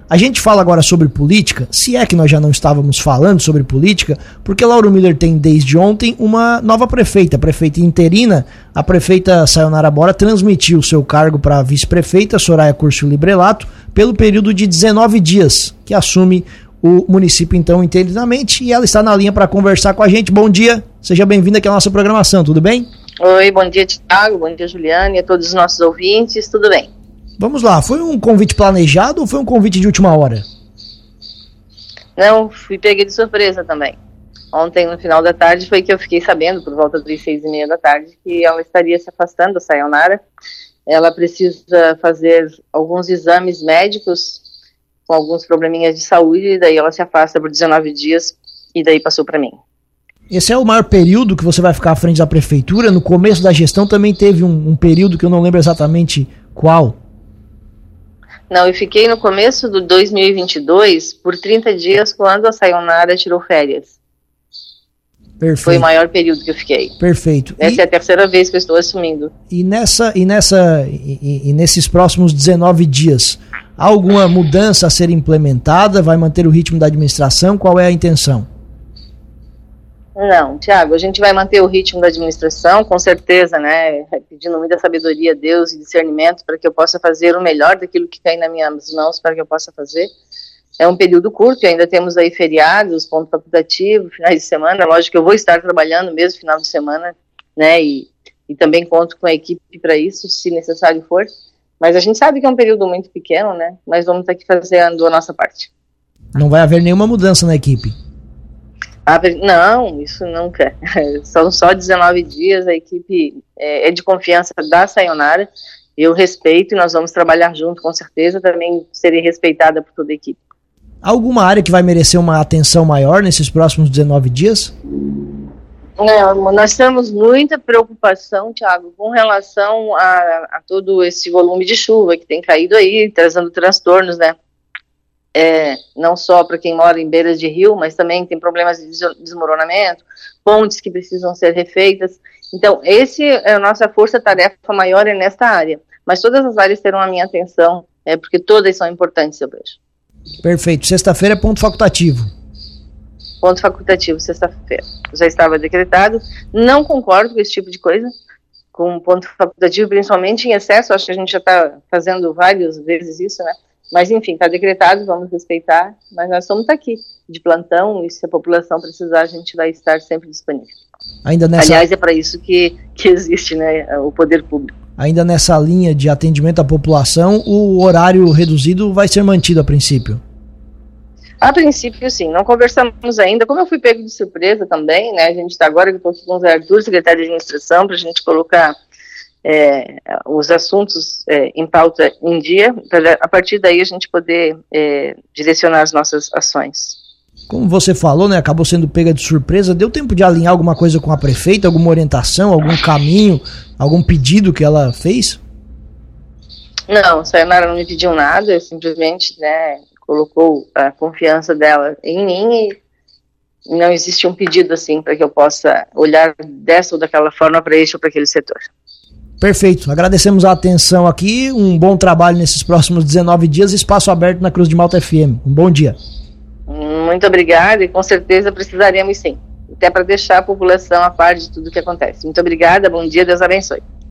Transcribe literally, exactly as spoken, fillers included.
A gente fala agora sobre política, se é que nós já não estávamos falando sobre política, porque Lauro Miller tem desde ontem uma nova prefeita, a prefeita interina. A prefeita Sayonara Bora transmitiu seu cargo para a vice-prefeita Soraya Curcio Librelato pelo período de dezenove dias, que assume o município então interinamente, e ela está na linha para conversar com a gente. Bom dia, seja bem-vinda aqui à nossa programação, tudo bem? Oi, bom dia, Thiago, bom dia, Juliane, a todos os nossos ouvintes, tudo bem? Vamos lá, foi um convite planejado ou foi um convite de última hora? Não, fui pega de surpresa também. Ontem, no final da tarde, foi que eu fiquei sabendo, por volta das seis e meia da tarde, que ela estaria se afastando, a Sayonara. Ela precisa fazer alguns exames médicos com alguns probleminhas de saúde, e daí ela se afasta por dezenove dias, e daí passou para mim. Esse é o maior período que você vai ficar à frente da prefeitura? No começo da gestão também teve um, um período que eu não lembro exatamente qual. Não, eu fiquei no começo do dois mil e vinte e dois por trinta dias, quando a Sayonara tirou férias. Perfeito. Foi o maior período que eu fiquei. Perfeito. Essa e, é a terceira vez que eu estou assumindo. E, nessa, e, nessa, e, e nesses próximos dezenove dias, há alguma mudança a ser implementada? Vai manter o ritmo da administração? Qual é a intenção? Não, Thiago, a gente vai manter o ritmo da administração, com certeza, né, pedindo muita sabedoria a Deus e discernimento para que eu possa fazer o melhor daquilo que cai nas minhas mãos para que eu possa fazer. É um período curto, ainda temos aí feriados, ponto facultativo, finais de semana. Lógico que eu vou estar trabalhando mesmo final de semana, né, e, e também conto com a equipe para isso, se necessário for. Mas a gente sabe que é um período muito pequeno, né, mas vamos ter que fazer a nossa parte. Não vai haver nenhuma mudança na equipe? Ah, não, isso nunca. São só dezenove dias, a equipe é, é de confiança da Sayonara. Eu respeito e nós vamos trabalhar junto, com certeza, também serei respeitada por toda a equipe. Alguma área que vai merecer uma atenção maior nesses próximos dezenove dias? Não, nós temos muita preocupação, Thiago, com relação a, a todo esse volume de chuva que tem caído aí, trazendo transtornos, né? É, não só para quem mora em beiras de rio, mas também tem problemas de desmoronamento, pontes que precisam ser refeitas. Então, esse é a nossa força-tarefa maior é nesta área. Mas todas as áreas terão a minha atenção, é, porque todas são importantes, eu vejo. Perfeito. Sexta-feira é ponto facultativo. Ponto facultativo, sexta-feira. Já estava decretado. Não concordo com esse tipo de coisa, com ponto facultativo, principalmente em excesso. Acho que a gente já está fazendo várias vezes isso, né? Mas, enfim, está decretado, vamos respeitar, mas nós estamos aqui, de plantão, e se a população precisar, a gente vai estar sempre disponível. Ainda nessa... Aliás, é para isso que, que existe, né, o poder público. Ainda nessa linha de atendimento à população, o horário reduzido vai ser mantido a princípio? A princípio, sim. Não conversamos ainda. Como eu fui pego de surpresa também, né, a gente está agora, que eu estou aqui com o Zé Arthur, secretário de administração, para a gente colocar... É, os assuntos é, em pauta em dia, para a partir daí a gente poder é, direcionar as nossas ações. Como você falou, né, acabou sendo pega de surpresa, deu tempo de alinhar alguma coisa com a prefeita, alguma orientação, algum caminho, algum pedido que ela fez? Não, a Sayonara não me pediu nada, simplesmente, né, colocou a confiança dela em mim e não existe um pedido assim para que eu possa olhar dessa ou daquela forma para este ou para aquele setor. Perfeito, agradecemos a atenção aqui, um bom trabalho nesses próximos dezenove dias, espaço aberto na Cruz de Malta F M. Um bom dia. Muito obrigada e com certeza precisaremos sim, até para deixar a população a par de tudo que acontece. Muito obrigada, bom dia, Deus abençoe.